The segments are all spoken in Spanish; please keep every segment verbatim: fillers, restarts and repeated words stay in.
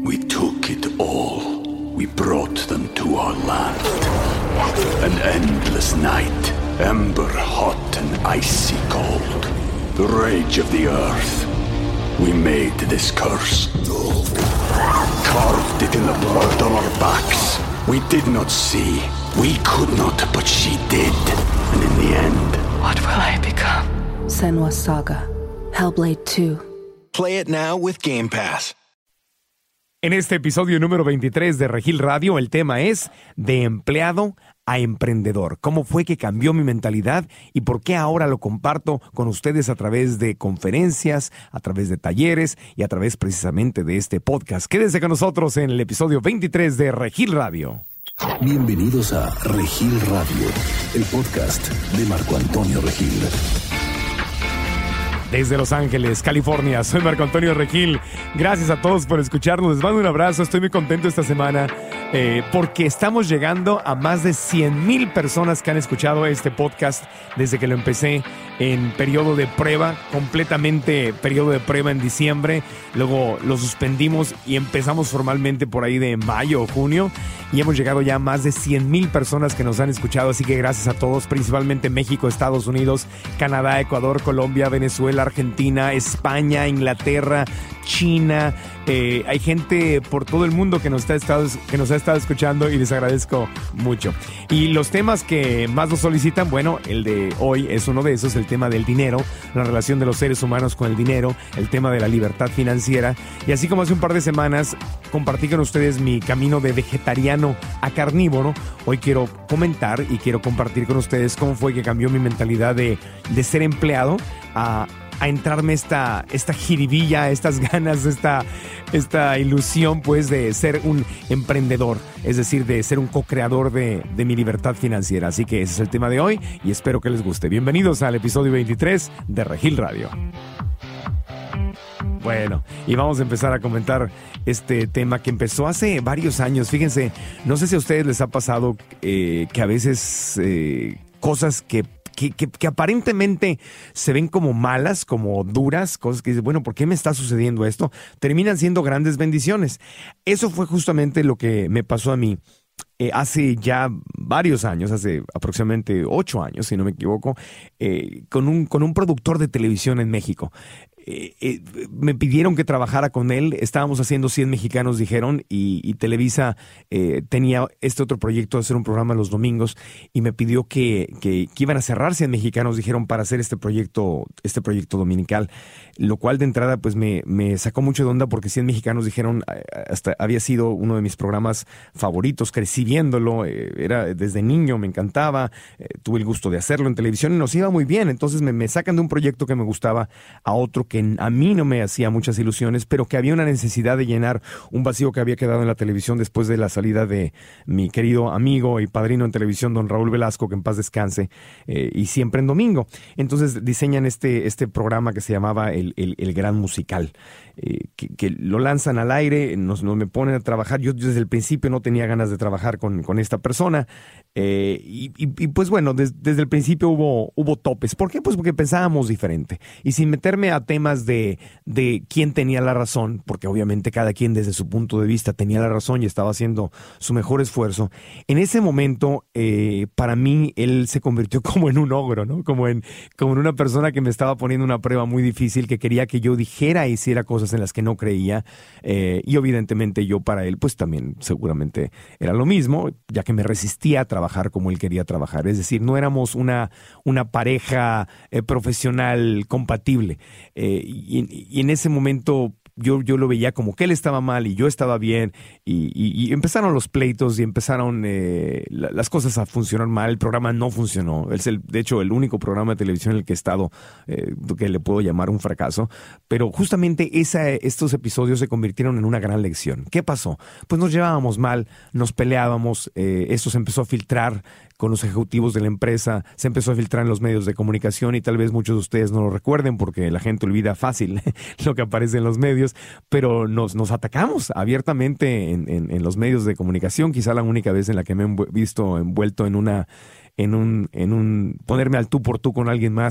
We took it all. We brought them to our land. An endless night, ember hot and icy cold. The rage of the earth. We made this curse. Carved it in the blood on our backs. We did not see. We could not, but she did. And in the end... What will I become? Senua's Saga. Hellblade two. Play it now with Game Pass. En este episodio número veintitrés de Regil Radio, el tema es de empleado a emprendedor. ¿Cómo fue que cambió mi mentalidad y por qué ahora lo comparto con ustedes a través de conferencias, a través de talleres y a través precisamente de este podcast? Quédense con nosotros en el episodio veintitrés de Regil Radio. Bienvenidos a Regil Radio, el podcast de Marco Antonio Regil. Desde Los Ángeles, California, soy Marco Antonio Regil. Gracias a todos por escucharnos. Les mando un abrazo. Estoy muy contento esta semana eh, porque estamos llegando a más de cien mil personas que han escuchado este podcast desde que lo empecé en periodo de prueba, completamente periodo de prueba en diciembre. Luego lo suspendimos y empezamos formalmente por ahí de mayo o junio. Y hemos llegado ya a más de cien mil personas que nos han escuchado. Así que gracias a todos, principalmente México, Estados Unidos, Canadá, Ecuador, Colombia, Venezuela, Argentina, España, Inglaterra, China. Eh, hay gente por todo el mundo que nos, está estado, que nos ha estado escuchando y les agradezco mucho. Y los temas que más nos solicitan, bueno, el de hoy es uno de esos, el tema del dinero, la relación de los seres humanos con el dinero, el tema de la libertad financiera. Y así como hace un par de semanas compartí con ustedes mi camino de vegetariano a carnívoro, hoy quiero comentar y quiero compartir con ustedes cómo fue que cambió mi mentalidad de, de ser empleado a... a entrarme esta, esta jiribilla, estas ganas, esta, esta ilusión pues de ser un emprendedor, es decir, de ser un co-creador de, de mi libertad financiera. Así que ese es el tema de hoy y espero que les guste. Bienvenidos al episodio veintitrés de Regil Radio. Bueno, y vamos a empezar a comentar este tema que empezó hace varios años. Fíjense, no sé si a ustedes les ha pasado eh, que a veces eh, cosas que Que, que, que aparentemente se ven como malas, como duras, cosas que dices, bueno, ¿por qué me está sucediendo esto? Terminan siendo grandes bendiciones. Eso fue justamente lo que me pasó a mí eh, hace ya varios años, hace aproximadamente ocho años, si no me equivoco, eh, con un, con un productor de televisión en México. Eh, eh, me pidieron que trabajara con él. Estábamos haciendo cien mexicanos, dijeron, y, y Televisa eh, tenía este otro proyecto de hacer un programa los domingos y me pidió que, que, que iban a cerrar cien mexicanos, dijeron, para hacer este proyecto, este proyecto dominical, lo cual de entrada pues me, me sacó mucho de onda porque cien mexicanos, dijeron, hasta había sido uno de mis programas favoritos, crecí viéndolo, eh, era desde niño, me encantaba, eh, tuve el gusto de hacerlo en televisión y nos iba muy bien. Entonces me, me sacan de un proyecto que me gustaba a otro que a mí no me hacía muchas ilusiones, pero que había una necesidad de llenar un vacío que había quedado en la televisión después de la salida de mi querido amigo y padrino en televisión, don Raúl Velasco, que en paz descanse, eh, y siempre en domingo. Entonces diseñan este, este programa que se llamaba El, el, el Gran Musical, eh, que, que lo lanzan al aire, nos, nos me ponen a trabajar. Yo, yo desde el principio no tenía ganas de trabajar con, con esta persona, eh, y, y, y pues bueno, des, desde el principio hubo, hubo topes. ¿Por qué? Pues porque pensábamos diferente. Y sin meterme a temas de, de quién tenía la razón, porque obviamente cada quien desde su punto de vista tenía la razón y estaba haciendo su mejor esfuerzo, en ese momento eh, para mí él se convirtió como en un ogro, ¿no? Como en, como en una persona que me estaba poniendo una prueba muy difícil, que quería que yo dijera e hiciera cosas en las que no creía, eh, y evidentemente yo para él pues también seguramente era lo mismo, ya que me resistía a trabajar como él quería trabajar. Es decir, no éramos una, una pareja eh, profesional compatible. Eh, y, y en ese momento yo, yo lo veía como que él estaba mal y yo estaba bien, y, y, y empezaron los pleitos y empezaron eh, la, las cosas a funcionar mal. El programa no funcionó. Es el, de hecho el único programa de televisión en el que he estado eh, que le puedo llamar un fracaso, pero justamente esa, estos episodios se convirtieron en una gran lección. ¿Qué pasó? Pues nos llevábamos mal, nos peleábamos, eh, esto se empezó a filtrar con los ejecutivos de la empresa, se empezó a filtrar en los medios de comunicación y tal vez muchos de ustedes no lo recuerden porque la gente olvida fácil lo que aparece en los medios, pero nos, nos atacamos abiertamente en, en, en los medios de comunicación. Quizá la única vez en la que me he visto envuelto en una, en un, en un ponerme al tú por tú con alguien más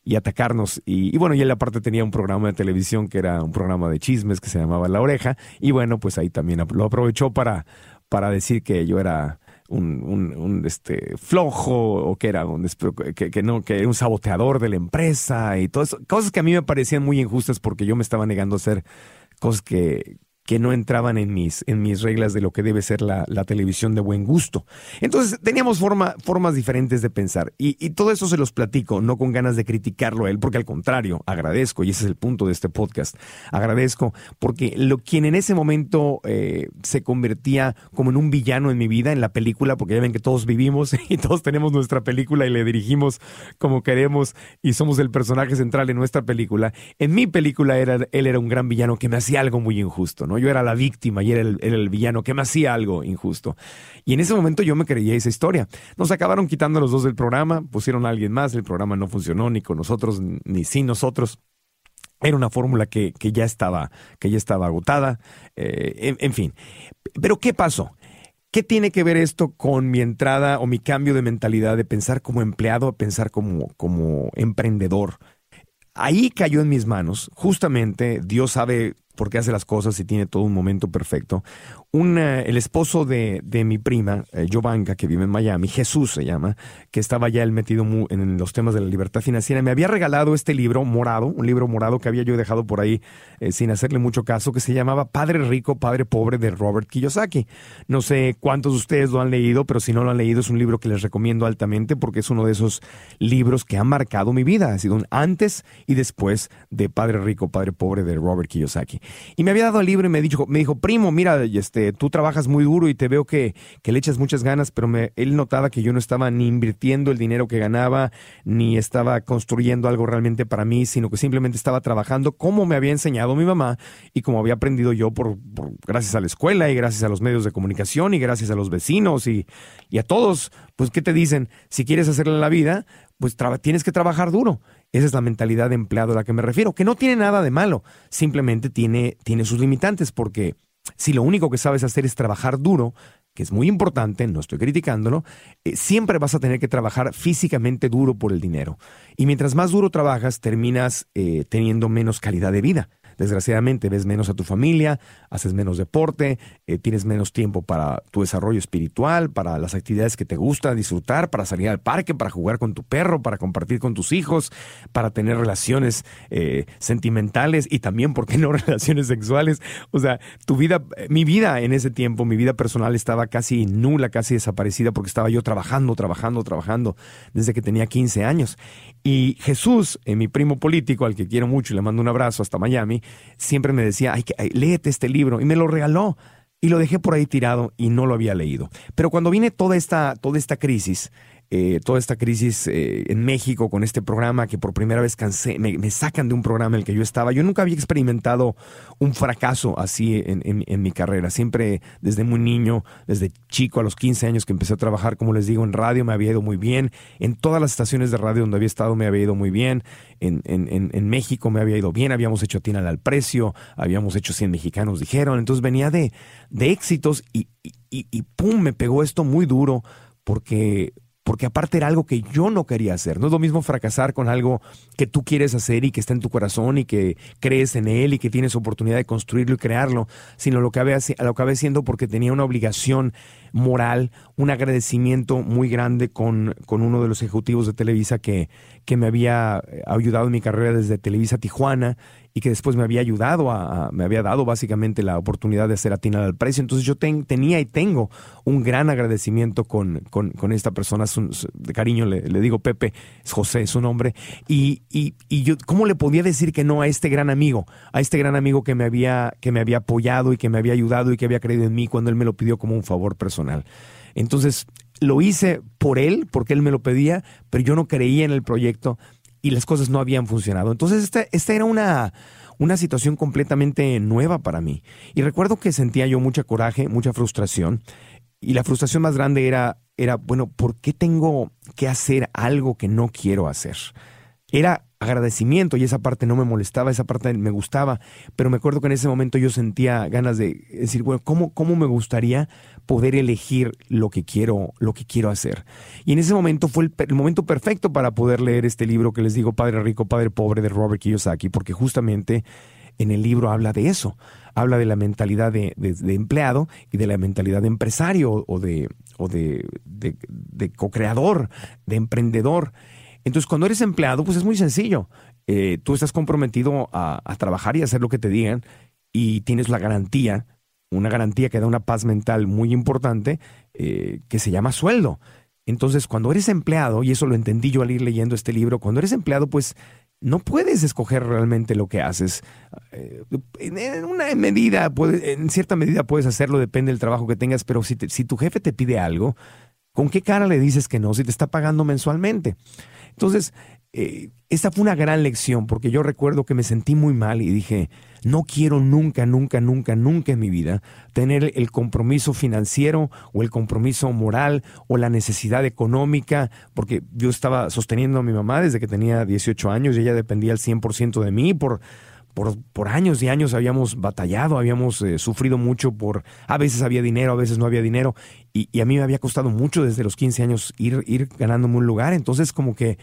y atacarnos. Y, y bueno, y él aparte tenía un programa de televisión que era un programa de chismes que se llamaba La Oreja. Y bueno, pues ahí también lo aprovechó para, para decir que yo era un, un, un este, flojo o que era un, que, que no, que era un saboteador de la empresa y todo eso. Cosas que a mí me parecían muy injustas porque yo me estaba negando a hacer cosas que... que no entraban en mis, en mis reglas de lo que debe ser la, la televisión de buen gusto. Entonces teníamos forma, formas diferentes de pensar y, y todo eso se los platico, no con ganas de criticarlo a él, porque al contrario, agradezco, y ese es el punto de este podcast, agradezco porque lo, quien en ese momento eh, se convertía como en un villano en mi vida, en la película, porque ya ven que todos vivimos y todos tenemos nuestra película y le dirigimos como queremos y somos el personaje central en nuestra película. En mi película era, él era un gran villano que me hacía algo muy injusto, ¿no? Yo era la víctima y era el, era el villano que me hacía algo injusto. Y en ese momento yo me creía esa historia. Nos acabaron quitando a los dos del programa, pusieron a alguien más, el programa no funcionó ni con nosotros ni sin nosotros. Era una fórmula que, que, ya, estaba, que ya estaba agotada. Eh, en, en fin. Pero ¿qué pasó? ¿Qué tiene que ver esto con mi entrada o mi cambio de mentalidad de pensar como empleado a pensar como, como emprendedor? Ahí cayó en mis manos, justamente, Dios sabe por qué hace las cosas y tiene todo un momento perfecto. Un, uh, el esposo de, de mi prima, eh, Jovanka, que vive en Miami, Jesús se llama, que estaba ya él metido muy en los temas de la libertad financiera, me había regalado este libro morado, un libro morado que había yo dejado por ahí eh, sin hacerle mucho caso, que se llamaba Padre Rico, Padre Pobre, de Robert Kiyosaki. No sé cuántos de ustedes lo han leído, pero si no lo han leído es un libro que les recomiendo altamente porque es uno de esos libros que ha marcado mi vida. Ha sido un antes y después de Padre Rico, Padre Pobre, de Robert Kiyosaki. Y me había dado el libro y me dijo, me dijo, primo, mira, este, tú trabajas muy duro y te veo que, que le echas muchas ganas, pero me, él notaba que yo no estaba ni invirtiendo el dinero que ganaba, ni estaba construyendo algo realmente para mí, sino que simplemente estaba trabajando como me había enseñado mi mamá y como había aprendido yo por, por gracias a la escuela y gracias a los medios de comunicación y gracias a los vecinos y, y a todos. Pues, ¿qué te dicen? Si quieres hacerle la vida, pues traba, tienes que trabajar duro. Esa es la mentalidad de empleado a la que me refiero, que no tiene nada de malo, simplemente tiene, tiene sus limitantes, porque si lo único que sabes hacer es trabajar duro, que es muy importante, no estoy criticándolo, eh, siempre vas a tener que trabajar físicamente duro por el dinero. Y mientras más duro trabajas, terminas eh, teniendo menos calidad de vida. Desgraciadamente ves menos a tu familia, haces menos deporte, eh, tienes menos tiempo para tu desarrollo espiritual, para las actividades que te gusta disfrutar, para salir al parque, para jugar con tu perro, para compartir con tus hijos, para tener relaciones eh, sentimentales y también, ¿por qué no, relaciones sexuales? O sea, tu vida, mi vida en ese tiempo, mi vida personal estaba casi nula, casi desaparecida porque estaba yo trabajando, trabajando, trabajando desde que tenía quince años. Y Jesús, eh, mi primo político, al que quiero mucho y le mando un abrazo hasta Miami, siempre me decía, ay, ay, léete este libro, y me lo regaló y lo dejé por ahí tirado y no lo había leído. Pero cuando viene toda esta, toda esta crisis, eh, toda esta crisis eh, en México con este programa que por primera vez cansé, me, me sacan de un programa en el que yo estaba. Yo nunca había experimentado un fracaso así en, en, en mi carrera. Siempre desde muy niño, desde chico a los quince años que empecé a trabajar, como les digo, en radio me había ido muy bien. En todas las estaciones de radio donde había estado me había ido muy bien. En, en, en, en México me había ido bien. Habíamos hecho Atínale al Precio, habíamos hecho cien mexicanos, dijeron. Entonces venía de, de éxitos y, y, y, y pum, me pegó esto muy duro porque... Porque aparte era algo que yo no quería hacer. No es lo mismo fracasar con algo que tú quieres hacer y que está en tu corazón y que crees en él y que tienes oportunidad de construirlo y crearlo, sino lo que había, lo acabé haciendo porque tenía una obligación moral, un agradecimiento muy grande con, con uno de los ejecutivos de Televisa que, que me había ayudado en mi carrera desde Televisa Tijuana y que después me había ayudado, a, a me había dado básicamente la oportunidad de hacer Atínale al Precio. Entonces yo ten, tenía y tengo un gran agradecimiento con, con, con esta persona, su, su, de cariño le, le digo Pepe, es José, es su nombre, y, y, y yo, ¿cómo le podía decir que no a este gran amigo, a este gran amigo que me había, que me había apoyado y que me había ayudado y que había creído en mí cuando él me lo pidió como un favor personal? Entonces lo hice por él, porque él me lo pedía, pero yo no creía en el proyecto y las cosas no habían funcionado. Entonces esta, esta era una, una situación completamente nueva para mí. Y recuerdo que sentía yo mucha coraje, mucha frustración. Y la frustración más grande era, era, bueno, ¿por qué tengo que hacer algo que no quiero hacer? Era agradecimiento, y esa parte no me molestaba, esa parte me gustaba, pero me acuerdo que en ese momento yo sentía ganas de decir, bueno, ¿cómo, cómo me gustaría poder elegir lo que quiero, lo que quiero hacer? Y en ese momento fue el, el momento perfecto para poder leer este libro que les digo, Padre Rico, Padre Pobre, de Robert Kiyosaki, porque justamente en el libro habla de eso, habla de la mentalidad de, de, de empleado y de la mentalidad de empresario o de, o de, de, de co-creador, de emprendedor. Entonces, cuando eres empleado, pues es muy sencillo. Eh, tú estás comprometido a, a trabajar y hacer lo que te digan y tienes la garantía, una garantía que da una paz mental muy importante, eh, que se llama sueldo. Entonces, cuando eres empleado, y eso lo entendí yo al ir leyendo este libro, cuando eres empleado, pues no puedes escoger realmente lo que haces. Eh, en una medida, puede, en cierta medida puedes hacerlo, depende del trabajo que tengas, pero si, te, si tu jefe te pide algo, ¿con qué cara le dices que no si te está pagando mensualmente? Entonces, eh, esta fue una gran lección, porque yo recuerdo que me sentí muy mal y dije, no quiero nunca, nunca, nunca, nunca en mi vida tener el compromiso financiero o el compromiso moral o la necesidad económica, porque yo estaba sosteniendo a mi mamá desde que tenía dieciocho años y ella dependía al cien por ciento de mí. Por, por, por años y años habíamos batallado, habíamos eh, sufrido mucho por, a veces había dinero, a veces no había dinero, y, y a mí me había costado mucho desde los quince años ir, ir ganándome un lugar. Entonces como que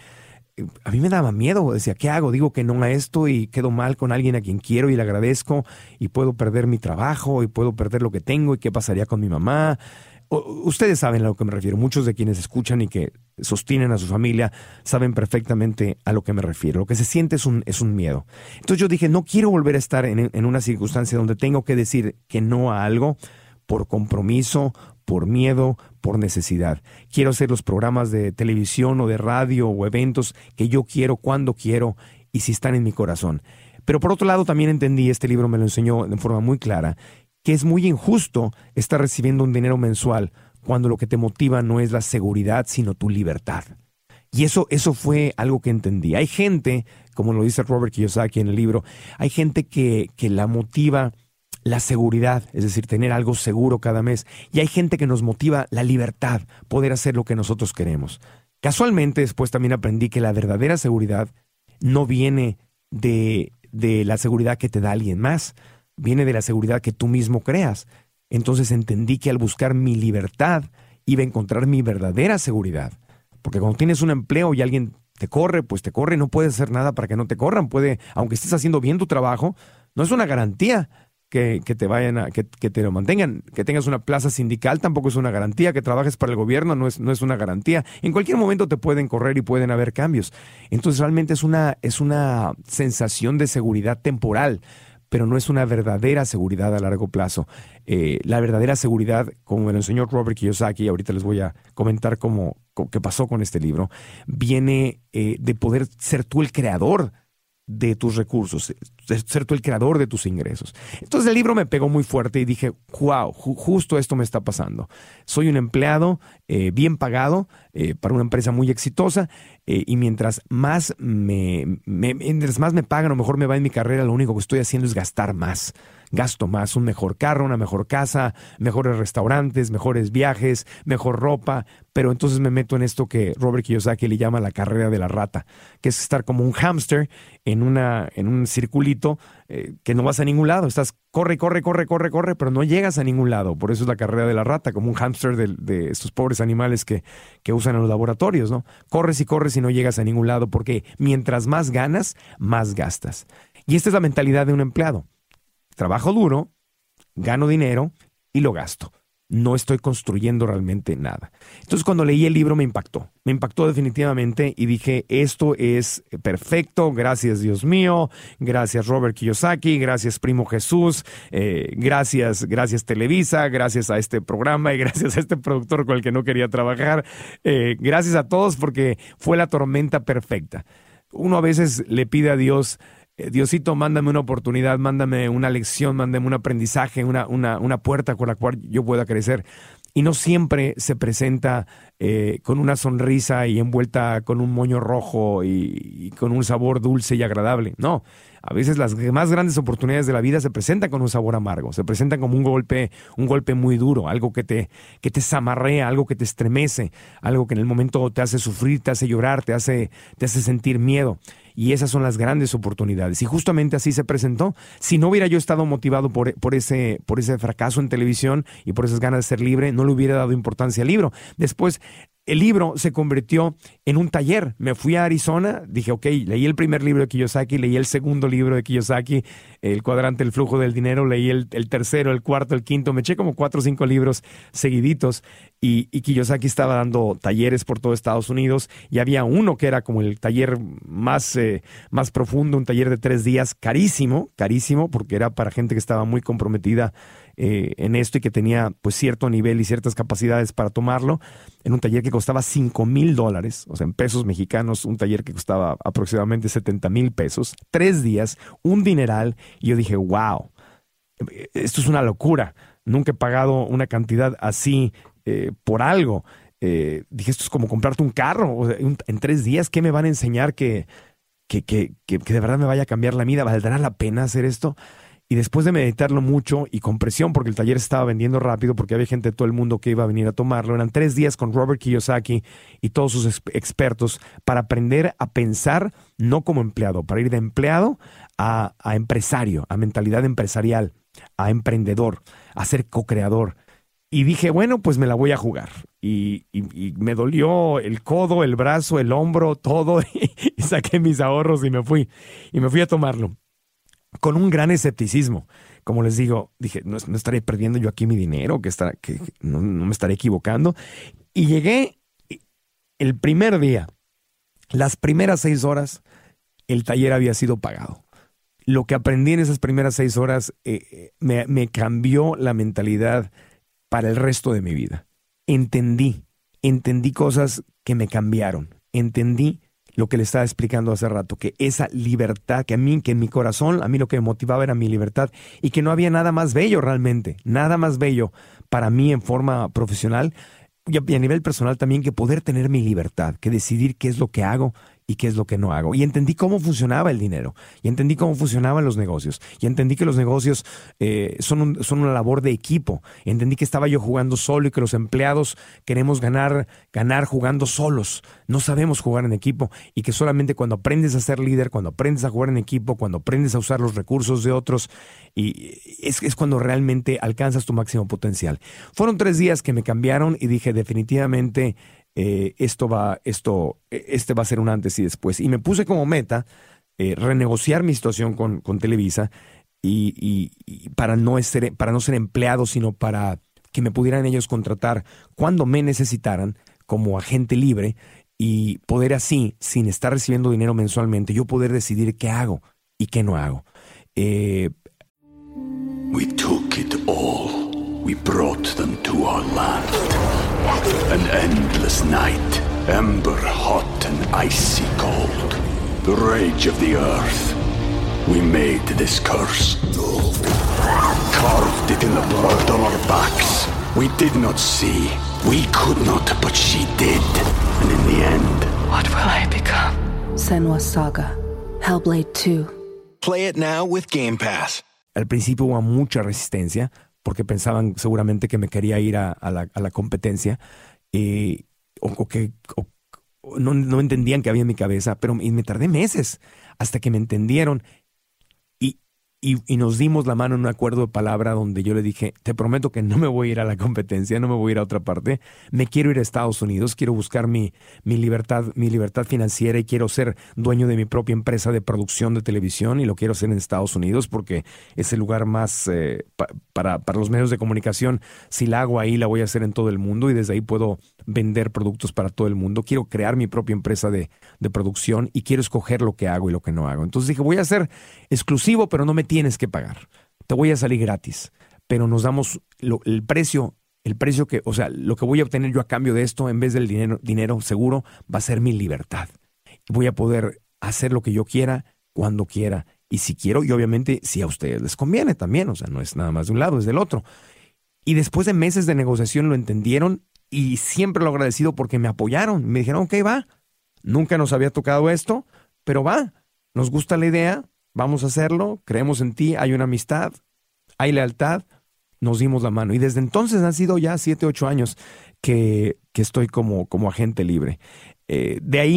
a mí me daba miedo, decía, ¿qué hago? Digo que no a esto y quedo mal con alguien a quien quiero y le agradezco y puedo perder mi trabajo y puedo perder lo que tengo y qué pasaría con mi mamá. O, ustedes saben a lo que me refiero, muchos de quienes escuchan y que sostienen a su familia saben perfectamente a lo que me refiero. Lo que se siente es un, es un miedo. Entonces yo dije, no quiero volver a estar en, en una circunstancia donde tengo que decir que no a algo por compromiso, por miedo, por necesidad. Quiero hacer los programas de televisión o de radio o eventos que yo quiero, cuando quiero y si están en mi corazón. Pero por otro lado también entendí, este libro me lo enseñó de forma muy clara, que es muy injusto estar recibiendo un dinero mensual cuando lo que te motiva no es la seguridad, sino tu libertad. Y eso, eso fue algo que entendí. Hay gente, como lo dice Robert Kiyosaki en el libro, hay gente que, que la motiva la seguridad, es decir, tener algo seguro cada mes. Y hay gente que nos motiva la libertad, poder hacer lo que nosotros queremos. Casualmente, después también aprendí que la verdadera seguridad no viene de, de la seguridad que te da alguien más, viene de la seguridad que tú mismo creas. Entonces entendí que al buscar mi libertad iba a encontrar mi verdadera seguridad. Porque cuando tienes un empleo y alguien te corre, pues te corre, no puedes hacer nada para que no te corran. Puede, aunque estés haciendo bien tu trabajo, no es una garantía que, que te vayan a, que, que te lo mantengan. Que tengas una plaza sindical tampoco es una garantía. Que trabajes para el gobierno no es, no es una garantía. En cualquier momento te pueden correr y pueden haber cambios. Entonces realmente es una, es una sensación de seguridad temporal, pero no es una verdadera seguridad a largo plazo. Eh, la verdadera seguridad, como me lo enseñó Robert Kiyosaki, ahorita les voy a comentar cómo, cómo qué pasó con este libro, viene eh, de poder ser tú el creador de tus recursos, ser tú el creador de tus ingresos. Entonces el libro me pegó muy fuerte y dije, wow, ju- justo esto me está pasando. Soy un empleado eh, bien pagado eh, para una empresa muy exitosa eh, y mientras más me, me, mientras más me pagan o mejor me va en mi carrera, lo único que estoy haciendo es gastar más. Gasto más, un mejor carro, una mejor casa, mejores restaurantes, mejores viajes, mejor ropa, pero entonces me meto en esto que Robert Kiyosaki le llama la carrera de la rata, que es estar como un hámster en, una, en un circulito eh, que no vas a ningún lado. Estás corre, corre, corre, corre, corre, pero no llegas a ningún lado. Por eso es la carrera de la rata, como un hámster de, de estos pobres animales que, que usan en los laboratorios, ¿no? Corres y corres y no llegas a ningún lado porque mientras más ganas, más gastas. Y esta es la mentalidad de un empleado. Trabajo duro, gano dinero y lo gasto. No estoy construyendo realmente nada. Entonces cuando leí el libro me impactó. Me impactó definitivamente y dije, esto es perfecto. Gracias Dios mío. Gracias Robert Kiyosaki. Gracias Primo Jesús. Eh, gracias, gracias Televisa. Gracias a este programa y gracias a este productor con el que no quería trabajar. Eh, gracias a todos porque fue la tormenta perfecta. Uno a veces le pide a Dios, Diosito, mándame una oportunidad, mándame una lección, mándame un aprendizaje, una, una, una puerta con la cual yo pueda crecer. Y no siempre se presenta eh, con una sonrisa y envuelta con un moño rojo y, y con un sabor dulce y agradable. No, a veces las más grandes oportunidades de la vida se presentan con un sabor amargo, se presentan como un golpe, un golpe muy duro, algo que te, que te zamarrea, algo que te estremece, algo que en el momento te hace sufrir, te hace llorar, te hace, te hace sentir miedo. y esas son las grandes oportunidades. Y justamente así se presentó. Si no hubiera yo estado motivado por, por, ese, por ese fracaso en televisión y por esas ganas de ser libre, no le hubiera dado importancia al libro. Después, el libro se convirtió en un taller. Me fui a Arizona, dije, ok, leí el primer libro de Kiyosaki, leí el segundo libro de Kiyosaki, El cuadrante del flujo del dinero, leí el, el tercero, el cuarto, el quinto, me eché como cuatro o cinco libros seguiditos y, y Kiyosaki estaba dando talleres por todo Estados Unidos y había uno que era como el taller más, eh, más profundo, un taller de tres días, carísimo, carísimo, porque era para gente que estaba muy comprometida Eh, en esto y que tenía pues cierto nivel y ciertas capacidades para tomarlo, en un taller que costaba cinco mil dólares, o sea, en pesos mexicanos, un taller que costaba aproximadamente setenta mil pesos, tres días, un dineral, y yo dije, wow, esto es una locura, nunca he pagado una cantidad así eh, por algo. Eh, dije, esto es como comprarte un carro, o sea, en tres días, ¿qué me van a enseñar que, que, que, que, que de verdad me vaya a cambiar la vida? ¿Valdrá la pena hacer esto? Y después de meditarlo mucho y con presión, porque el taller se estaba vendiendo rápido, porque había gente de todo el mundo que iba a venir a tomarlo, eran tres días con Robert Kiyosaki y todos sus ex- expertos para aprender a pensar no como empleado, para ir de empleado a, a empresario, a mentalidad empresarial, a emprendedor, a ser co-creador. Y dije, bueno, pues me la voy a jugar. Y, y, y me dolió el codo, el brazo, el hombro, todo, y, y saqué mis ahorros y me fui. Y me fui a tomarlo. Con un gran escepticismo. Como les digo, dije, no, no estaré perdiendo yo aquí mi dinero, que, estará, que no, no me estaré equivocando. Y llegué el primer día, las primeras seis horas, el taller había sido pagado. Lo que aprendí en esas primeras seis horas eh, me, me cambió la mentalidad para el resto de mi vida. Entendí, entendí cosas que me cambiaron. Entendí lo que le estaba explicando hace rato, que esa libertad, que a mí, que en mi corazón, a mí lo que me motivaba era mi libertad y que no había nada más bello realmente, nada más bello para mí en forma profesional y a, y a nivel personal también que poder tener mi libertad, que decidir qué es lo que hago y qué es lo que no hago. Y entendí cómo funcionaba el dinero, y entendí cómo funcionaban los negocios, y entendí que los negocios eh, son, un, son una labor de equipo. Entendí que estaba yo jugando solo y que los empleados queremos ganar, ganar jugando solos. No sabemos jugar en equipo y que solamente cuando aprendes a ser líder, cuando aprendes a jugar en equipo, cuando aprendes a usar los recursos de otros, y es, es cuando realmente alcanzas tu máximo potencial. Fueron tres días que me cambiaron y dije definitivamente Eh, esto va, esto, este va a ser un antes y después. Y me puse como meta eh, renegociar mi situación con, con Televisa y, y, y para, no ser, para no ser empleado, sino para que me pudieran ellos contratar cuando me necesitaran como agente libre y poder así, sin estar recibiendo dinero mensualmente, yo poder decidir qué hago y qué no hago. Eh, We took it all. We brought them to our land. An endless night, ember hot and icy cold. The rage of the earth. We made this curse. Carved it in the blood on our backs. We did not see. We could not, but she did. And in the end, what will I become? Senua's Saga. Hellblade two. Play it now with Game Pass. Al principio hubo mucha resistencia porque pensaban seguramente que me quería ir a, a, la, a la competencia eh, o, o que o, no, no entendían que había en mi cabeza, pero y me tardé meses hasta que me entendieron y, y, y nos dimos la mano en un acuerdo de palabra donde yo le dije, te prometo que no me voy a ir a la competencia, no me voy a ir a otra parte, me quiero ir a Estados Unidos, quiero buscar mi, mi, libertad, mi libertad financiera y quiero ser dueño de mi propia empresa de producción de televisión y lo quiero hacer en Estados Unidos porque es el lugar más eh, pa, para, para los medios de comunicación. Si la hago ahí, la voy a hacer en todo el mundo y desde ahí puedo vender productos para todo el mundo. Quiero crear mi propia empresa de, de producción y quiero escoger lo que hago y lo que no hago. Entonces dije, voy a ser exclusivo, pero no me tienes que pagar. Te voy a salir gratis, pero nos damos lo, el precio, el precio que, o sea, lo que voy a obtener yo a cambio de esto, en vez del dinero, dinero seguro, va a ser mi libertad. Voy a poder hacer lo que yo quiera, cuando quiera y si quiero, y obviamente si a ustedes les conviene también, o sea, no es nada más de un lado, es del otro. Y después de meses de negociación lo entendieron y siempre lo agradecido porque me apoyaron. Me dijeron, ok, va, nunca nos había tocado esto, pero va, nos gusta la idea, vamos a hacerlo, creemos en ti, hay una amistad, hay lealtad, nos dimos la mano. Y desde entonces han sido ya siete, ocho años que, que estoy como, como agente libre. Eh, de ahí,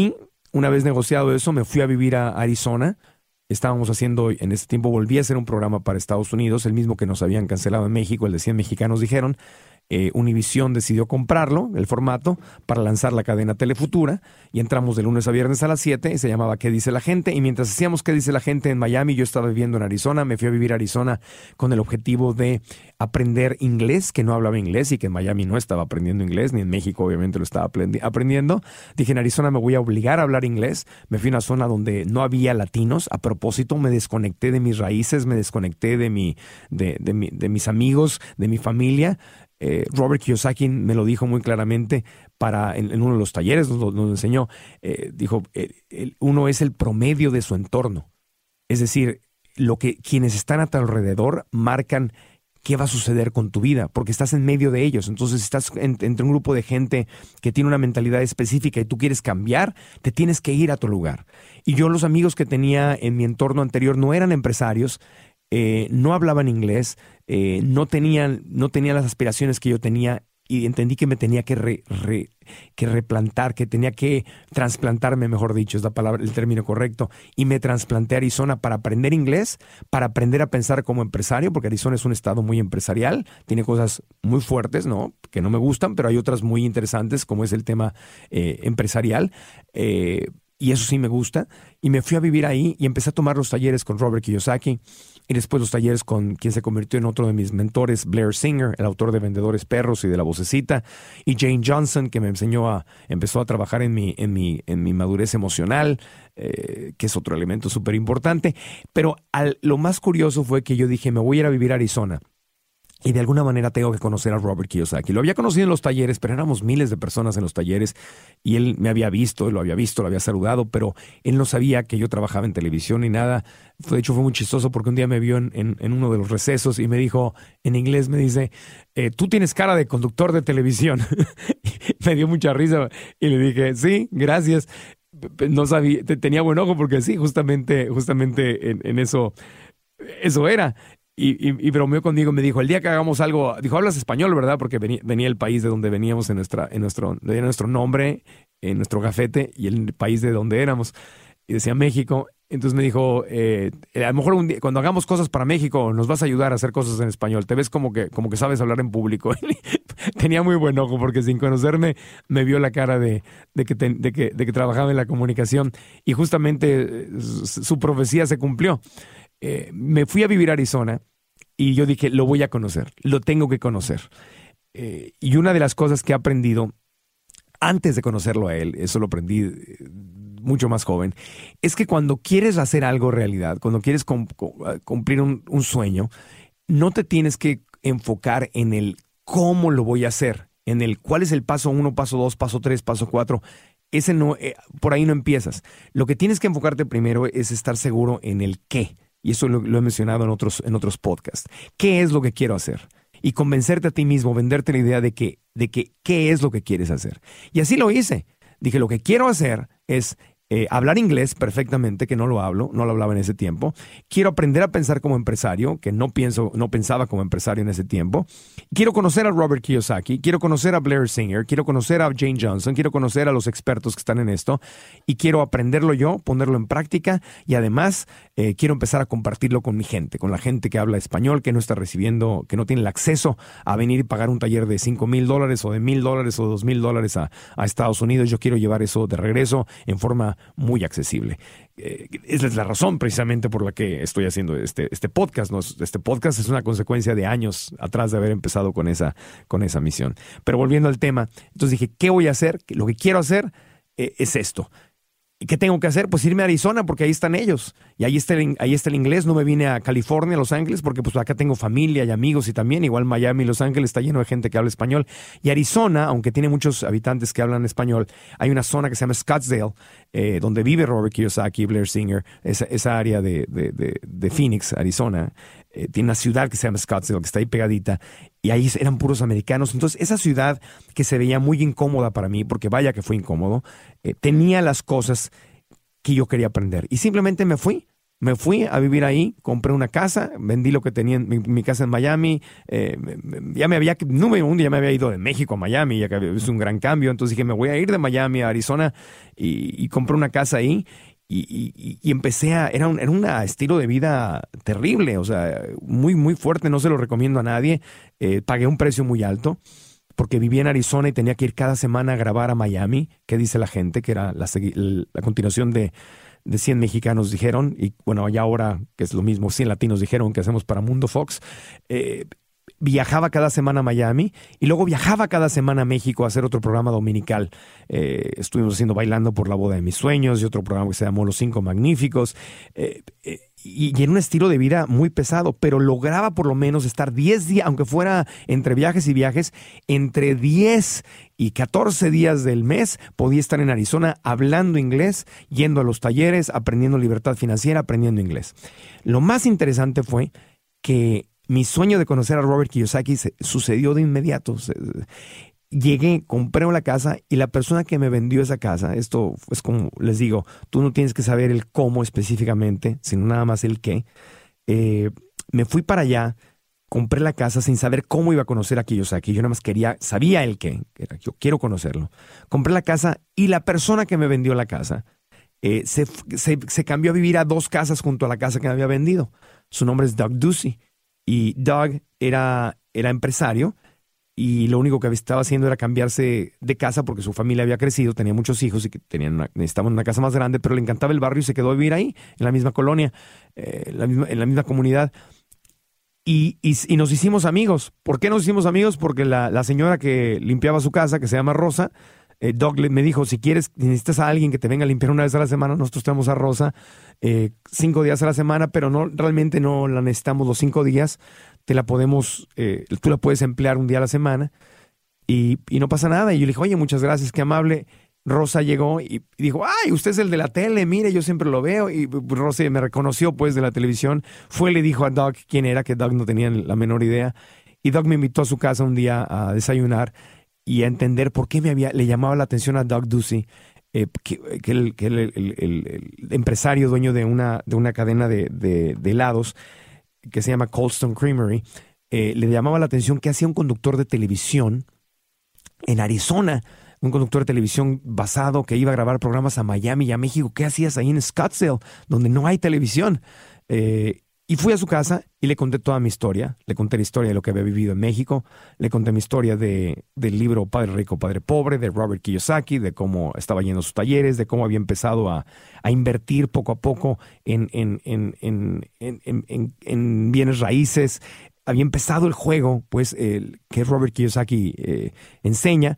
una vez negociado eso, me fui a vivir a Arizona. Estábamos haciendo, en ese tiempo volví a hacer un programa para Estados Unidos, el mismo que nos habían cancelado en México, el de cien mexicanos dijeron. Eh, Univision decidió comprarlo, el formato, para lanzar la cadena Telefutura, y entramos de lunes a viernes a las siete, y se llamaba ¿Qué dice la gente? Y mientras hacíamos ¿Qué dice la gente? En Miami, yo estaba viviendo en Arizona, me fui a vivir a Arizona con el objetivo de aprender inglés, que no hablaba inglés y que en Miami no estaba aprendiendo inglés, ni en México obviamente lo estaba aprendiendo. Dije, en Arizona me voy a obligar a hablar inglés. Me fui a una zona donde no había latinos. A propósito, me desconecté de mis raíces, me desconecté de, mi, de, de, mi, de mis amigos, de mi familia. Eh, Robert Kiyosaki me lo dijo muy claramente para, en, en uno de los talleres nos lo enseñó. Eh, dijo, eh, el, uno es el promedio de su entorno. Es decir, lo que quienes están a tu alrededor marcan qué va a suceder con tu vida, porque estás en medio de ellos. Entonces, si estás en, entre un grupo de gente que tiene una mentalidad específica y tú quieres cambiar, te tienes que ir a tu lugar. Y yo, los amigos que tenía en mi entorno anterior no eran empresarios, eh, no hablaban inglés, eh, no tenían, no tenían las aspiraciones que yo tenía, y entendí que me tenía que, re, re, que replantar, que tenía que trasplantarme, mejor dicho, es la palabra, el término correcto, y me trasplanté a Arizona para aprender inglés, para aprender a pensar como empresario, porque Arizona es un estado muy empresarial, tiene cosas muy fuertes, ¿no?, que no me gustan, pero hay otras muy interesantes, como es el tema eh, empresarial, eh, y eso sí me gusta, y me fui a vivir ahí y empecé a tomar los talleres con Robert Kiyosaki, y después los talleres con quien se convirtió en otro de mis mentores, Blair Singer, el autor de Vendedores Perros y de La Vocecita, y Jane Johnson, que me enseñó a, empezó a trabajar en mi, en mi, en mi madurez emocional, eh, que es otro elemento súper importante. Pero al, lo más curioso fue que yo dije, me voy a ir a vivir a Arizona. Y de alguna manera tengo que conocer a Robert Kiyosaki. Lo había conocido en los talleres, pero éramos miles de personas en los talleres y él me había visto, lo había visto, lo había saludado, pero él no sabía que yo trabajaba en televisión ni nada. De hecho, fue muy chistoso porque un día me vio en, en, en uno de los recesos y me dijo, en inglés me dice, eh, tú tienes cara de conductor de televisión. Me dio mucha risa y le dije, sí, gracias. No sabía, tenía buen ojo porque sí, justamente, justamente en, en eso, eso era. Y, y, y bromeó conmigo, me dijo, el día que hagamos algo, dijo, hablas español, ¿verdad? Porque venía, venía el país de donde veníamos en, nuestra, en, nuestro, en nuestro nombre, en nuestro gafete y el país de donde éramos. Y decía México. Entonces me dijo, eh, a lo mejor un día, cuando hagamos cosas para México, nos vas a ayudar a hacer cosas en español. Te ves como que, como que sabes hablar en público. Tenía muy buen ojo porque sin conocerme me vio la cara de, de, que, te, de, que, de que trabajaba en la comunicación. Y justamente su profecía se cumplió. Eh, me fui a vivir a Arizona y yo dije, lo voy a conocer, lo tengo que conocer. Eh, y una de las cosas que he aprendido antes de conocerlo a él, eso lo aprendí mucho más joven, es que cuando quieres hacer algo realidad, cuando quieres cum- cumplir un, un sueño, no te tienes que enfocar en el cómo lo voy a hacer, en el cuál es el paso uno, paso dos, paso tres, paso cuatro. Ese no, eh, por ahí no empiezas. Lo que tienes que enfocarte primero es estar seguro en el qué. Y eso lo, lo he mencionado en otros, en otros podcasts. ¿Qué es lo que quiero hacer? Y convencerte a ti mismo, venderte la idea de que, de que qué es lo que quieres hacer. Y así lo hice. Dije, lo que quiero hacer es eh, hablar inglés perfectamente, que no lo hablo, no lo hablaba en ese tiempo. Quiero aprender a pensar como empresario, que no pienso, no pensaba como empresario en ese tiempo. Quiero conocer a Robert Kiyosaki, quiero conocer a Blair Singer, quiero conocer a Jane Johnson, quiero conocer a los expertos que están en esto y quiero aprenderlo yo, ponerlo en práctica y además eh, quiero empezar a compartirlo con mi gente, con la gente que habla español, que no está recibiendo, que no tiene el acceso a venir y pagar un taller de cinco mil dólares o de mil dólares o dos mil dólares a, a Estados Unidos. Yo quiero llevar eso de regreso en forma muy accesible. Eh, esa es la razón precisamente por la que estoy haciendo este, este podcast, ¿no? Este podcast es una consecuencia de años atrás de haber empezado con esa, con esa misión. Pero volviendo al tema, entonces dije, ¿qué voy a hacer? Lo que quiero hacer eh, es esto. ¿Y qué tengo que hacer? Pues irme a Arizona porque ahí están ellos. Y ahí está, el, ahí está el inglés. No me vine a California, a Los Ángeles, porque pues acá tengo familia y amigos y también, igual Miami y Los Ángeles está lleno de gente que habla español. Y Arizona, aunque tiene muchos habitantes que hablan español, hay una zona que se llama Scottsdale, eh, donde vive Robert Kiyosaki, Blair Singer, esa, esa área de, de, de, de Phoenix, Arizona. Eh, tiene una ciudad que se llama Scottsdale, que está ahí pegadita, y ahí eran puros americanos. Entonces, esa ciudad que se veía muy incómoda para mí, porque vaya que fue incómodo, eh, tenía las cosas que yo quería aprender. Y simplemente me fui. Me fui a vivir ahí, compré una casa, vendí lo que tenía en mi, mi casa en Miami. Eh, ya me había, número uno, ya me había ido de México a Miami, ya que es un gran cambio. Entonces dije, me voy a ir de Miami a Arizona y, y compré una casa ahí. Y, y, y empecé a, era un, era un estilo de vida terrible, o sea, muy, muy fuerte, no se lo recomiendo a nadie. Eh, pagué un precio muy alto porque vivía en Arizona y tenía que ir cada semana a grabar a Miami. ¿Qué dice la gente? Que era la, la continuación de, de cien mexicanos dijeron, y bueno, ya ahora que es lo mismo, cien latinos dijeron que hacemos para Mundo Fox. Eh, Viajaba cada semana a Miami y luego viajaba cada semana a México a hacer otro programa dominical. Eh, estuvimos haciendo Bailando por la Boda de Mis Sueños y otro programa que se llamó Los Cinco Magníficos. Eh, eh, y, y en un estilo de vida muy pesado, pero lograba por lo menos estar diez días, aunque fuera entre viajes y viajes, entre diez y catorce días del mes podía estar en Arizona hablando inglés, yendo a los talleres, aprendiendo libertad financiera, aprendiendo inglés. Lo más interesante fue que mi sueño de conocer a Robert Kiyosaki se, sucedió de inmediato. Llegué, compré la casa y la persona que me vendió esa casa, esto es como les digo, tú no tienes que saber el cómo específicamente, sino nada más el qué. Eh, me fui para allá, compré la casa sin saber cómo iba a conocer a Kiyosaki. Yo nada más quería, sabía el qué, yo quiero conocerlo. Compré la casa y la persona que me vendió la casa eh, se, se, se cambió a vivir a dos casas junto a la casa que me había vendido. Su nombre es Doug Ducey. Y Doug era, era empresario y lo único que estaba haciendo era cambiarse de casa porque su familia había crecido, tenía muchos hijos y que tenían una, necesitaban una casa más grande, pero le encantaba el barrio y se quedó a vivir ahí, en la misma colonia, eh, en, la misma, en la misma comunidad. Y, y, y nos hicimos amigos. ¿Por qué nos hicimos amigos? Porque la, la señora que limpiaba su casa, que se llama Rosa, Eh, Doug me dijo, si quieres, necesitas a alguien que te venga a limpiar una vez a la semana, nosotros tenemos a Rosa eh, cinco días a la semana, pero no realmente no la necesitamos los cinco días, te la podemos, eh, tú la puedes emplear un día a la semana y, y no pasa nada. Y yo le dije, oye, muchas gracias, qué amable. Rosa llegó y dijo, ay, usted es el de la tele, mire, yo siempre lo veo. Y Rosa me reconoció pues de la televisión, fue y le dijo a Doug quién era, que Doug no tenía la menor idea. Y Doug me invitó a su casa un día a desayunar y a entender por qué me había, le llamaba la atención a Doug Ducey, eh, que, que, el, que el, el, el, el empresario dueño de una, de una cadena de, de, de helados que se llama Cold Stone Creamery, eh, le llamaba la atención que hacía un conductor de televisión en Arizona, un conductor de televisión basado que iba a grabar programas a Miami y a México. ¿Qué hacías ahí en Scottsdale, donde no hay televisión? Eh, Y fui a su casa y le conté toda mi historia. Le conté la historia de lo que había vivido en México. Le conté mi historia de, del libro Padre Rico, Padre Pobre, de Robert Kiyosaki, de cómo estaba yendo a sus talleres, de cómo había empezado a, a invertir poco a poco en, en, en, en, en, en, en, en bienes raíces. Había empezado el juego, pues, el, que Robert Kiyosaki eh, enseña.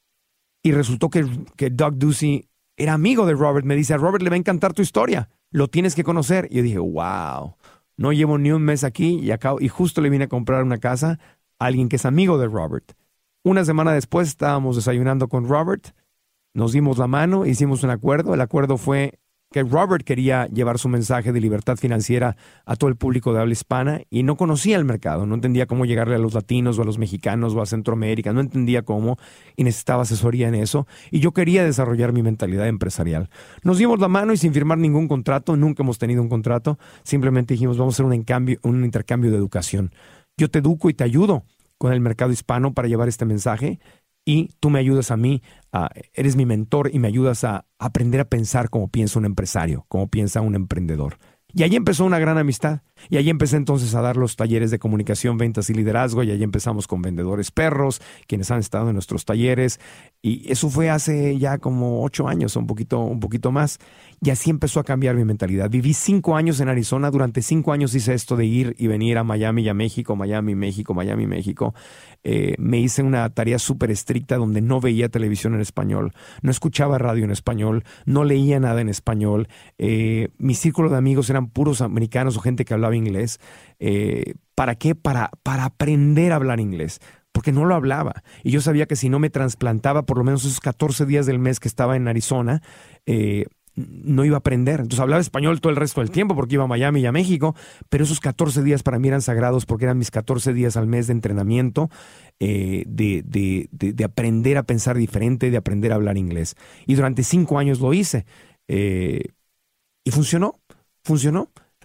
Y resultó que, que Doug Ducey era amigo de Robert. Me dice, a Robert le va a encantar tu historia. Lo tienes que conocer. Y yo dije, wow. No llevo ni un mes aquí y, acabo, y justo le vine a comprar una casa a alguien que es amigo de Robert. Una semana después estábamos desayunando con Robert, nos dimos la mano, hicimos un acuerdo. El acuerdo fue que Robert quería llevar su mensaje de libertad financiera a todo el público de habla hispana y no conocía el mercado, no entendía cómo llegarle a los latinos o a los mexicanos o a Centroamérica, no entendía cómo y necesitaba asesoría en eso. Y yo quería desarrollar mi mentalidad empresarial. Nos dimos la mano y sin firmar ningún contrato, nunca hemos tenido un contrato, simplemente dijimos vamos a hacer un, encambio, un intercambio de educación. Yo te educo y te ayudo con el mercado hispano para llevar este mensaje. Y tú me ayudas a mí, uh, eres mi mentor y me ayudas a aprender a pensar como piensa un empresario, como piensa un emprendedor. Y ahí empezó una gran amistad. Y ahí empecé entonces a dar los talleres de comunicación, ventas y liderazgo. Y ahí empezamos con Vendedores Perros, quienes han estado en nuestros talleres. Y eso fue hace ya como ocho años, un poquito, un poquito más. Y así empezó a cambiar mi mentalidad. Viví cinco años en Arizona. Durante cinco años hice esto de ir y venir a Miami y a México, Miami, México, Miami, México. Eh, me hice una tarea súper estricta donde no veía televisión en español, no escuchaba radio en español, no leía nada en español. Eh, mi círculo de amigos eran puros americanos o gente que hablaba inglés. Eh, ¿Para qué? Para, para aprender a hablar inglés. Porque no lo hablaba. Y yo sabía que si no me trasplantaba por lo menos esos catorce días del mes que estaba en Arizona, eh, no iba a aprender. Entonces hablaba español todo el resto del tiempo porque iba a Miami y a México, pero esos catorce días para mí eran sagrados porque eran mis catorce días al mes de entrenamiento, eh, de, de, de, de aprender a pensar diferente, de aprender a hablar inglés. Y durante cinco años lo hice. Eh, y funcionó, funcionó.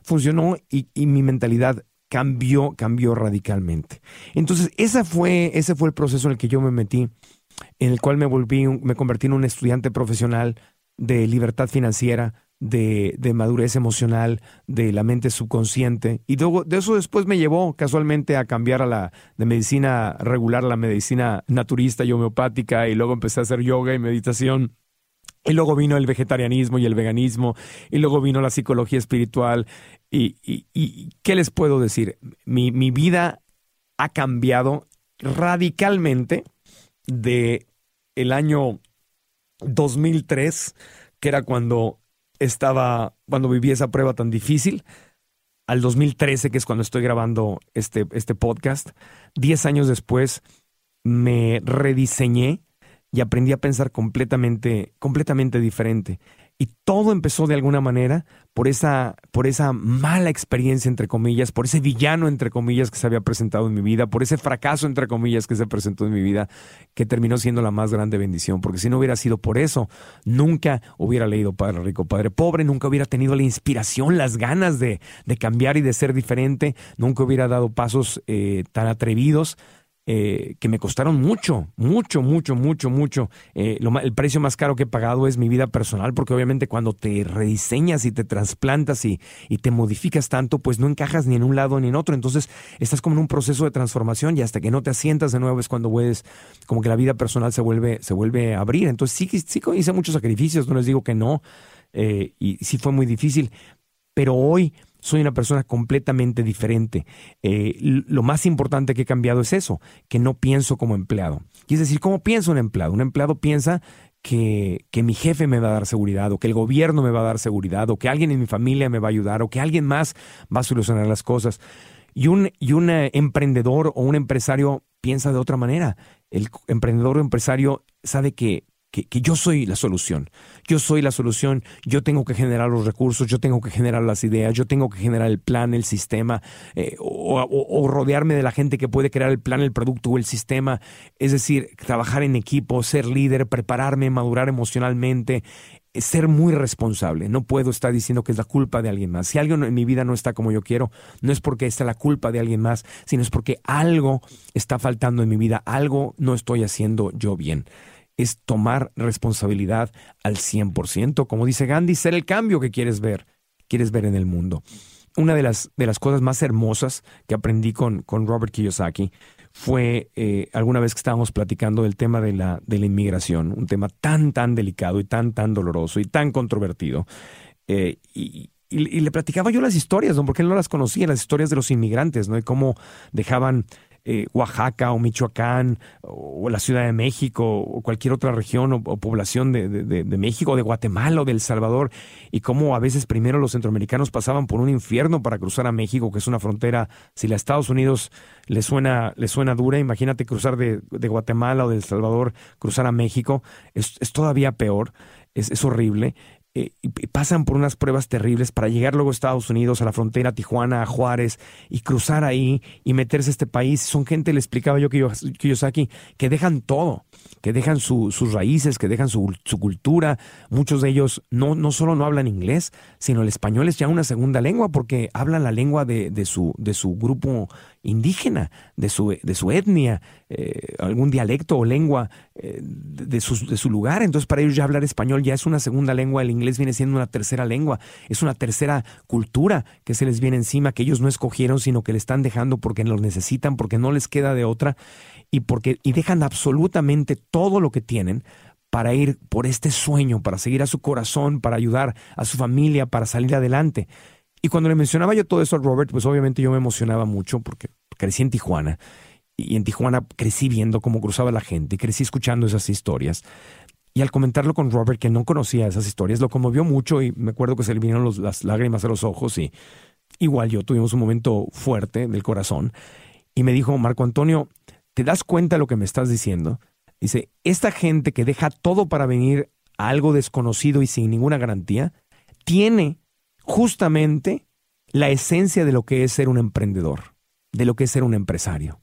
funcionó y, y mi mentalidad cambió, cambió radicalmente. Entonces, esa fue, ese fue el proceso en el que yo me metí, en el cual me volví, un, me convertí en un estudiante profesional de libertad financiera, de, de madurez emocional, de la mente subconsciente. Y luego de eso después me llevó casualmente a cambiar a la de medicina regular a la medicina naturista y homeopática, y luego empecé a hacer yoga y meditación. Y luego vino el vegetarianismo y el veganismo, y luego vino la psicología espiritual. Y, y, y ¿qué les puedo decir? Mi, mi vida ha cambiado radicalmente de el año dos mil tres, que era cuando estaba, cuando viví esa prueba tan difícil, al dos mil trece, que es cuando estoy grabando este, este podcast. Diez años después me rediseñé y aprendí a pensar completamente, completamente diferente. Y todo empezó de alguna manera por esa, por esa mala experiencia, entre comillas, por ese villano, entre comillas, que se había presentado en mi vida, por ese fracaso, entre comillas, que se presentó en mi vida, que terminó siendo la más grande bendición. Porque si no hubiera sido por eso, nunca hubiera leído Padre Rico, Padre Pobre, nunca hubiera tenido la inspiración, las ganas de, de cambiar y de ser diferente, nunca hubiera dado pasos eh, tan atrevidos, Eh, que me costaron mucho, mucho, mucho, mucho, mucho. Eh, lo, el precio más caro que he pagado es mi vida personal, porque obviamente cuando te rediseñas y te trasplantas y, y te modificas tanto, pues no encajas ni en un lado ni en otro. Entonces estás como en un proceso de transformación, y hasta que no te asientas de nuevo es cuando puedes, como que la vida personal se vuelve, se vuelve a abrir. Entonces sí, sí hice muchos sacrificios, no les digo que no, eh, y sí fue muy difícil, pero hoy soy una persona completamente diferente. Eh, lo más importante que he cambiado es eso, que no pienso como empleado. Y es decir, ¿cómo piensa un empleado? Un empleado piensa que, que mi jefe me va a dar seguridad, o que el gobierno me va a dar seguridad, o que alguien en mi familia me va a ayudar, o que alguien más va a solucionar las cosas. Y un, y un emprendedor o un empresario piensa de otra manera. El emprendedor o empresario sabe que Que, que yo soy la solución. Yo soy la solución. Yo tengo que generar los recursos, yo tengo que generar las ideas, yo tengo que generar el plan, el sistema, eh, o, o, o rodearme de la gente que puede crear el plan, el producto o el sistema. Es decir, trabajar en equipo, ser líder, prepararme, madurar emocionalmente, ser muy responsable. No puedo estar diciendo que es la culpa de alguien más. Si algo en mi vida no está como yo quiero, no es porque está la culpa de alguien más, sino es porque algo está faltando en mi vida, algo no estoy haciendo yo bien. Es tomar responsabilidad al cien por ciento. Como dice Gandhi, ser el cambio que quieres ver, quieres ver en el mundo. Una de las, de las cosas más hermosas que aprendí con, con Robert Kiyosaki fue eh, alguna vez que estábamos platicando del tema de la, de la inmigración, un tema tan, tan delicado y tan, tan doloroso y tan controvertido. Eh, y, y, y le platicaba yo las historias, ¿no? Porque él no las conocía, las historias de los inmigrantes, ¿no? Y cómo dejaban Eh, Oaxaca o Michoacán o, o la Ciudad de México o cualquier otra región o, o población de, de, de México, de Guatemala o de El Salvador, y cómo a veces primero los centroamericanos pasaban por un infierno para cruzar a México, que es una frontera, si la Estados Unidos le suena, le suena dura, imagínate cruzar de, de Guatemala o de El Salvador, cruzar a México, es, es todavía peor, es, es horrible. Eh, y pasan por unas pruebas terribles para llegar luego a Estados Unidos, a la frontera, a Tijuana, a Juárez, y cruzar ahí y meterse a este país. Son gente, le explicaba yo que Kiyosaki, que dejan todo, que dejan su, sus raíces, que dejan su, su cultura. Muchos de ellos no, no solo no hablan inglés, sino el español es ya una segunda lengua, porque hablan la lengua de, de, su, de su grupo indígena, de su, de su etnia, eh, algún dialecto o lengua eh, de, de, su, de su lugar. Entonces para ellos ya hablar español ya es una segunda lengua, el inglés viene siendo una tercera lengua, es una tercera cultura que se les viene encima, que ellos no escogieron, sino que le están dejando porque lo necesitan, porque no les queda de otra, y, porque, y dejan absolutamente todo lo que tienen para ir por este sueño, para seguir a su corazón, para ayudar a su familia, para salir adelante. Y cuando le mencionaba yo todo eso a Robert, pues obviamente yo me emocionaba mucho porque crecí en Tijuana, y en Tijuana crecí viendo cómo cruzaba la gente, crecí escuchando esas historias. Y al comentarlo con Robert, que no conocía esas historias, lo conmovió mucho, y me acuerdo que se le vinieron los, las lágrimas a los ojos, y igual yo tuvimos un momento fuerte del corazón. Y me dijo: Marco Antonio, ¿te das cuenta de lo que me estás diciendo? Dice, esta gente que deja todo para venir a algo desconocido y sin ninguna garantía, tiene justamente la esencia de lo que es ser un emprendedor, de lo que es ser un empresario.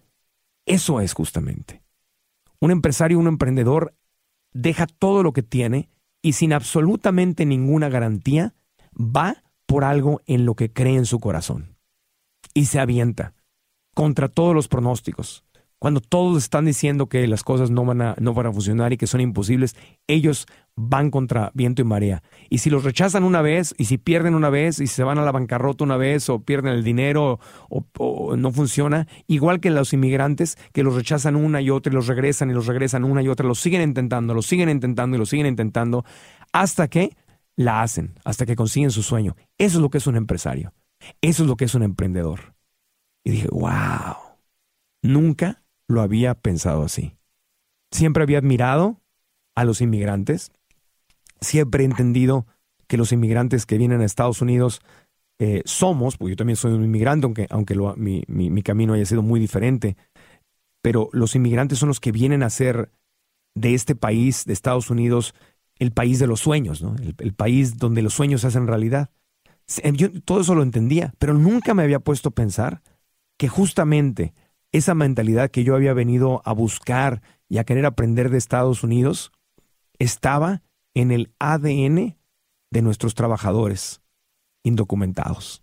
Eso es justamente. Un empresario, un emprendedor, deja todo lo que tiene y sin absolutamente ninguna garantía va por algo en lo que cree en su corazón. Y se avienta contra todos los pronósticos. Cuando todos están diciendo que las cosas no van a, no van a funcionar y que son imposibles, ellos van contra viento y marea. Y si los rechazan una vez, y si pierden una vez, y se van a la bancarrota una vez, o pierden el dinero, o, o no funciona, igual que los inmigrantes, que los rechazan una y otra, y los regresan, y los regresan una y otra, los siguen intentando, los siguen intentando, y los siguen intentando, hasta que la hacen, hasta que consiguen su sueño. Eso es lo que es un empresario. Eso es lo que es un emprendedor. Y dije, wow, nunca lo había pensado así. Siempre había admirado a los inmigrantes. Siempre he entendido que los inmigrantes que vienen a Estados Unidos eh, somos, porque yo también soy un inmigrante, aunque, aunque lo, mi, mi, mi camino haya sido muy diferente, pero los inmigrantes son los que vienen a ser de este país, de Estados Unidos, el país de los sueños, ¿no? El, el país donde los sueños se hacen realidad. Yo todo eso lo entendía, pero nunca me había puesto a pensar que justamente esa mentalidad que yo había venido a buscar y a querer aprender de Estados Unidos estaba en el A D N de nuestros trabajadores indocumentados,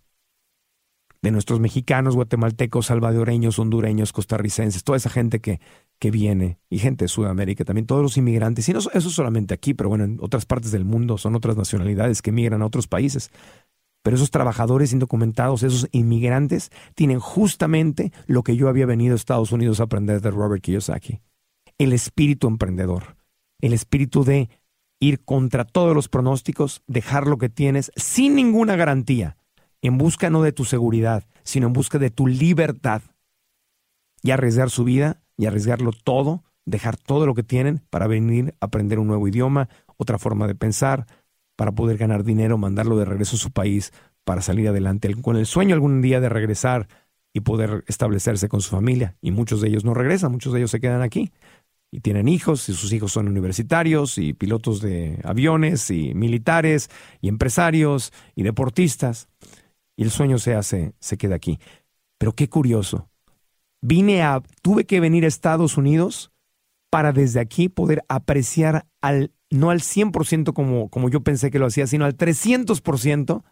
de nuestros mexicanos, guatemaltecos, salvadoreños, hondureños, costarricenses, toda esa gente que, que viene, y gente de Sudamérica también, todos los inmigrantes, y no eso solamente aquí, pero bueno, en otras partes del mundo son otras nacionalidades que migran a otros países. Pero esos trabajadores indocumentados, esos inmigrantes, tienen justamente lo que yo había venido a Estados Unidos a aprender de Robert Kiyosaki. El espíritu emprendedor. El espíritu de ir contra todos los pronósticos, dejar lo que tienes sin ninguna garantía, en busca no de tu seguridad, sino en busca de tu libertad. Y arriesgar su vida, y arriesgarlo todo, dejar todo lo que tienen para venir a aprender un nuevo idioma, otra forma de pensar, para poder ganar dinero, mandarlo de regreso a su país para salir adelante, con el sueño algún día de regresar y poder establecerse con su familia. Y muchos de ellos no regresan, muchos de ellos se quedan aquí y tienen hijos, y sus hijos son universitarios y pilotos de aviones y militares y empresarios y deportistas, y el sueño se hace, se queda aquí. Pero qué curioso, vine a, tuve que venir a Estados Unidos para desde aquí poder apreciar al no al cien por ciento como, como yo pensé que lo hacía, sino al trescientos por ciento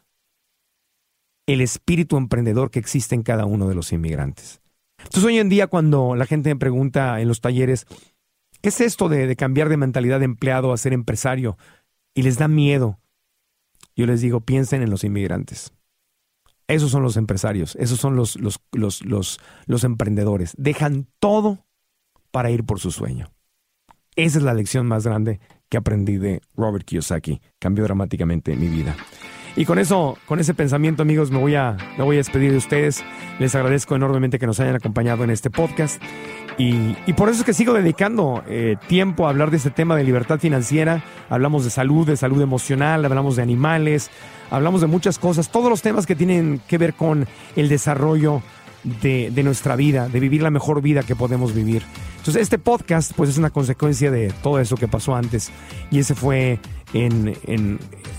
el espíritu emprendedor que existe en cada uno de los inmigrantes. Entonces hoy en día cuando la gente me pregunta en los talleres, ¿qué es esto de, de cambiar de mentalidad de empleado a ser empresario? Y les da miedo. Yo les digo, piensen en los inmigrantes. Esos son los empresarios, esos son los, los, los, los, los emprendedores. Dejan todo para ir por su sueño. Esa es la lección más grande que aprendí de Robert Kiyosaki. Cambió dramáticamente mi vida. Y con eso, con ese pensamiento, amigos, me voy a, me voy a despedir de ustedes. Les agradezco enormemente que nos hayan acompañado en este podcast. Y, y por eso es que sigo dedicando eh, tiempo a hablar de este tema de libertad financiera. Hablamos de salud, de salud emocional, hablamos de animales, hablamos de muchas cosas. Todos los temas que tienen que ver con el desarrollo de, de nuestra vida, de vivir la mejor vida que podemos vivir. Entonces este podcast pues es una consecuencia de todo eso que pasó antes, y ese fue en, en,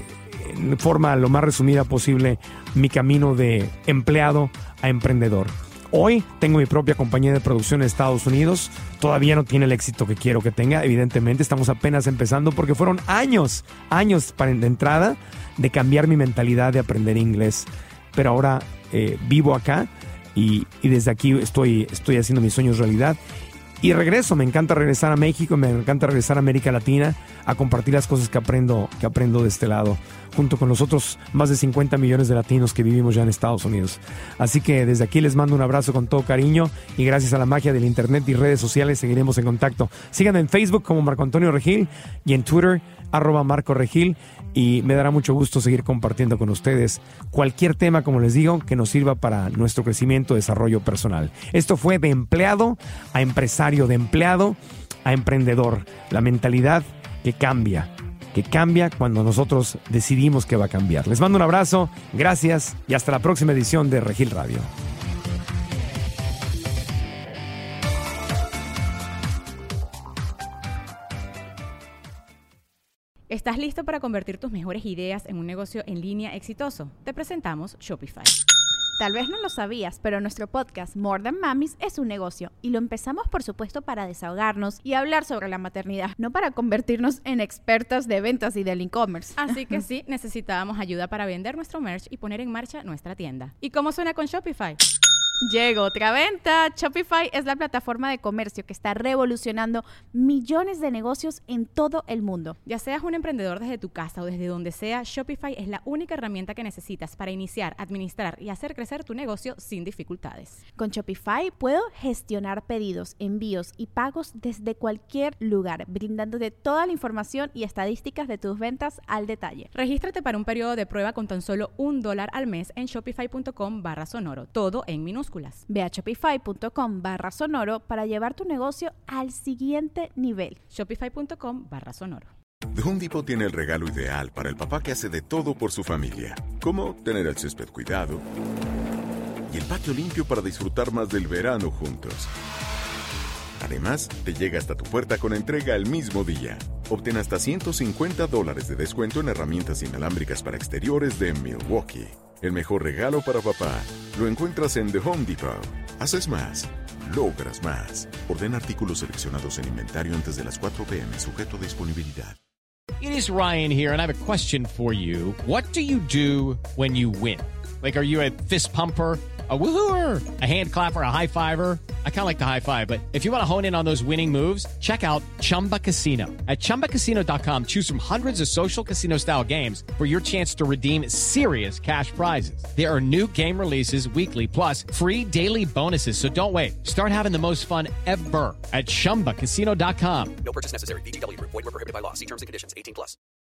en forma lo más resumida posible mi camino de empleado a emprendedor. Hoy tengo mi propia compañía de producción en Estados Unidos. Todavía no tiene el éxito que quiero que tenga, evidentemente estamos apenas empezando porque fueron años, años para de entrada de cambiar mi mentalidad de aprender inglés, pero ahora eh, vivo acá y, y desde aquí estoy, estoy haciendo mis sueños realidad. Y regreso, me encanta regresar a México, me encanta regresar a América Latina a compartir las cosas que aprendo, que aprendo de este lado, junto con los otros más de cincuenta millones de latinos que vivimos ya en Estados Unidos. Así que desde aquí les mando un abrazo con todo cariño y gracias a la magia del internet y redes sociales seguiremos en contacto. Síganme en Facebook como Marco Antonio Regil y en Twitter arroba Marco Regil, y me dará mucho gusto seguir compartiendo con ustedes cualquier tema, como les digo, que nos sirva para nuestro crecimiento y desarrollo personal. Esto fue de empleado a empresario, de empleado a emprendedor. La mentalidad que cambia, que cambia cuando nosotros decidimos que va a cambiar. Les mando un abrazo, gracias y hasta la próxima edición de Regil Radio. ¿Estás listo para convertir tus mejores ideas en un negocio en línea exitoso? Te presentamos Shopify. Tal vez no lo sabías, pero nuestro podcast More Than Mamis es un negocio y lo empezamos por supuesto para desahogarnos y hablar sobre la maternidad, no para convertirnos en expertas de ventas y del e-commerce. Así que sí, necesitábamos ayuda para vender nuestro merch y poner en marcha nuestra tienda. ¿Y cómo suena con Shopify? Llegó otra venta. Shopify es la plataforma de comercio que está revolucionando millones de negocios en todo el mundo. Ya seas un emprendedor desde tu casa o desde donde sea, Shopify es la única herramienta que necesitas para iniciar, administrar y hacer crecer tu negocio sin dificultades. Con Shopify puedo gestionar pedidos, envíos y pagos desde cualquier lugar, brindándote toda la información y estadísticas de tus ventas al detalle. Regístrate para un periodo de prueba con tan solo un dólar al mes en shopify.com barra sonoro, todo en minúsculas. Ve a shopify.com barra sonoro para llevar tu negocio al siguiente nivel. Shopify.com barra sonoro. The Home Depot tiene el regalo ideal para el papá que hace de todo por su familia, como tener el césped cuidado y el patio limpio para disfrutar más del verano juntos. Además, te llega hasta tu puerta con entrega el mismo día. Obtén hasta ciento cincuenta dólares de descuento en herramientas inalámbricas para exteriores de Milwaukee. El mejor regalo para papá lo encuentras en The Home Depot. Haces más, logras más. Ordena artículos seleccionados en inventario antes de las cuatro p m, sujeto a disponibilidad. It is Ryan here, and I have a question for you. What do you do when you win? Like, are you a fist pumper, a woohooer, a hand clapper, a high fiver? I kind of like the high five, but if you want to hone in on those winning moves, check out Chumba Casino. At chumba casino dot com, choose from hundreds of social casino style games for your chance to redeem serious cash prizes. There are new game releases weekly, plus free daily bonuses. So don't wait. Start having the most fun ever at chumba casino dot com. No purchase necessary. V G W Group. Void where prohibited by law. See terms and conditions. eighteen plus.